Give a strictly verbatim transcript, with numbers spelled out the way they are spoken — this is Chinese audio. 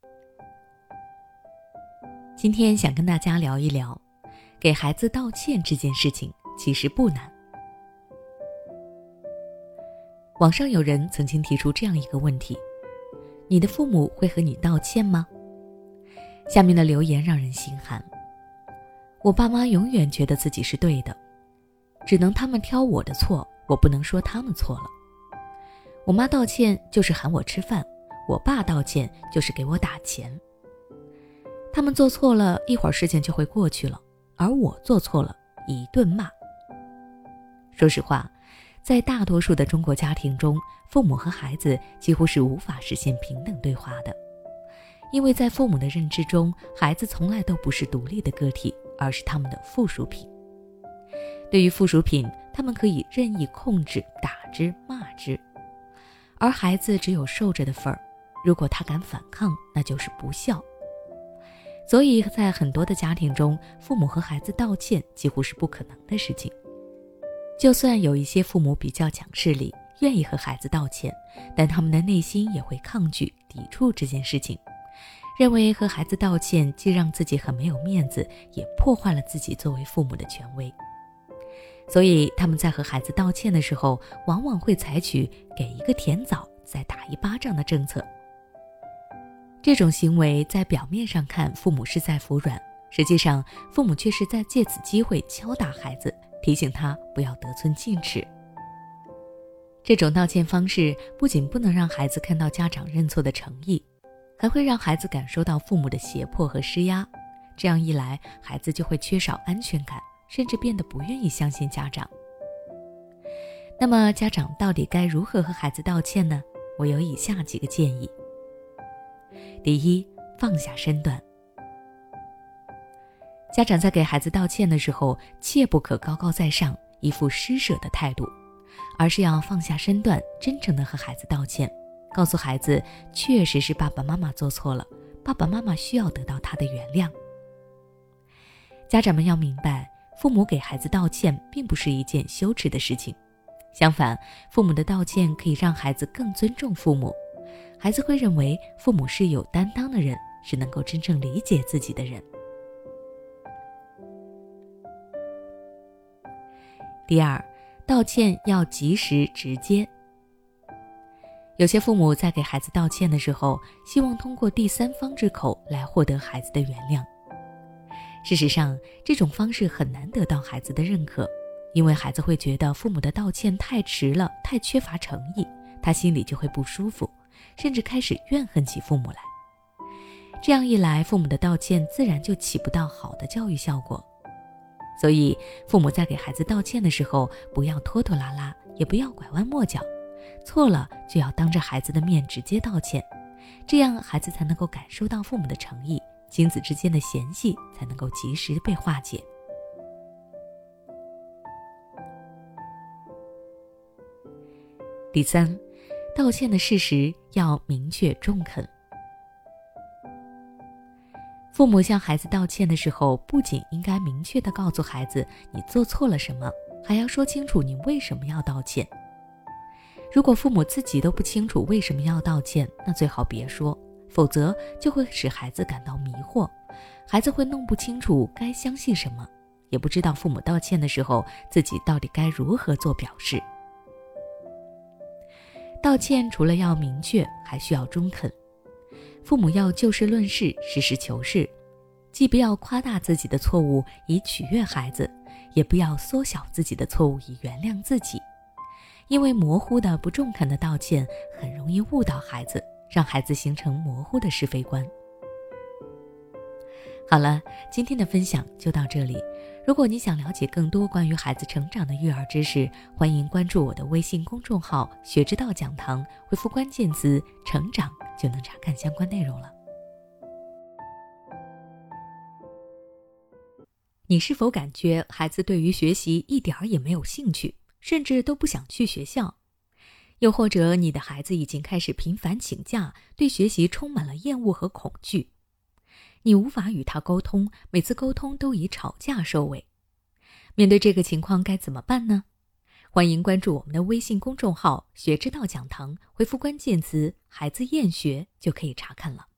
今天想跟大家聊一聊，给孩子道歉这件事情其实不难。网上有人曾经提出这样一个问题：你的父母会和你道歉吗？下面的留言让人心寒。我爸妈永远觉得自己是对的，只能他们挑我的错，我不能说他们错了。我妈道歉就是喊我吃饭，我爸道歉就是给我打钱。他们做错了，一会儿事情就会过去了，而我做错了，一顿骂。说实话，在大多数的中国家庭中，父母和孩子几乎是无法实现平等对话的。因为在父母的认知中，孩子从来都不是独立的个体，而是他们的附属品。对于附属品，他们可以任意控制、打之、骂之，而孩子只有受着的份儿，如果他敢反抗，那就是不孝。所以在很多的家庭中，父母和孩子道歉几乎是不可能的事情。就算有一些父母比较讲势力，愿意和孩子道歉，但他们的内心也会抗拒、抵触这件事情，认为和孩子道歉既让自己很没有面子，也破坏了自己作为父母的权威。所以他们在和孩子道歉的时候，往往会采取给一个甜枣再打一巴掌的政策。这种行为在表面上看，父母是在服软，实际上父母却是在借此机会敲打孩子，提醒他不要得寸进尺。这种道歉方式不仅不能让孩子看到家长认错的诚意，还会让孩子感受到父母的胁迫和施压。这样一来，孩子就会缺少安全感，甚至变得不愿意相信家长。那么家长到底该如何和孩子道歉呢？我有以下几个建议。第一，放下身段。家长在给孩子道歉的时候，切不可高高在上，一副施舍的态度，而是要放下身段，真诚地和孩子道歉，告诉孩子确实是爸爸妈妈做错了，爸爸妈妈需要得到他的原谅。家长们要明白，父母给孩子道歉并不是一件羞耻的事情，相反，父母的道歉可以让孩子更尊重父母，孩子会认为父母是有担当的人，是能够真正理解自己的人。第二，道歉要及时直接。有些父母在给孩子道歉的时候，希望通过第三方之口来获得孩子的原谅。事实上，这种方式很难得到孩子的认可，因为孩子会觉得父母的道歉太迟了，太缺乏诚意，他心里就会不舒服，甚至开始怨恨起父母来。这样一来，父母的道歉自然就起不到好的教育效果。所以，父母在给孩子道歉的时候，不要拖拖拉拉，也不要拐弯抹角，错了就要当着孩子的面直接道歉，这样孩子才能够感受到父母的诚意，亲子之间的嫌隙才能够及时被化解。第三，道歉的事实要明确中肯。父母向孩子道歉的时候，不仅应该明确地告诉孩子你做错了什么，还要说清楚你为什么要道歉。如果父母自己都不清楚为什么要道歉，那最好别说，否则就会使孩子感到迷惑，孩子会弄不清楚该相信什么，也不知道父母道歉的时候自己到底该如何做表示。道歉除了要明确，还需要中肯。父母要就事论事，实事求是，既不要夸大自己的错误以取悦孩子，也不要缩小自己的错误以原谅自己。因为模糊的不中肯的道歉很容易误导孩子，让孩子形成模糊的是非观。好了，今天的分享就到这里。如果你想了解更多关于孩子成长的育儿知识，欢迎关注我的微信公众号学之道讲堂，回复关键词成长就能查看相关内容了。你是否感觉孩子对于学习一点儿也没有兴趣，甚至都不想去学校？又或者你的孩子已经开始频繁请假，对学习充满了厌恶和恐惧？你无法与他沟通，每次沟通都以吵架收尾。面对这个情况该怎么办呢？欢迎关注我们的微信公众号学之道讲堂，回复关键词孩子厌学就可以查看了。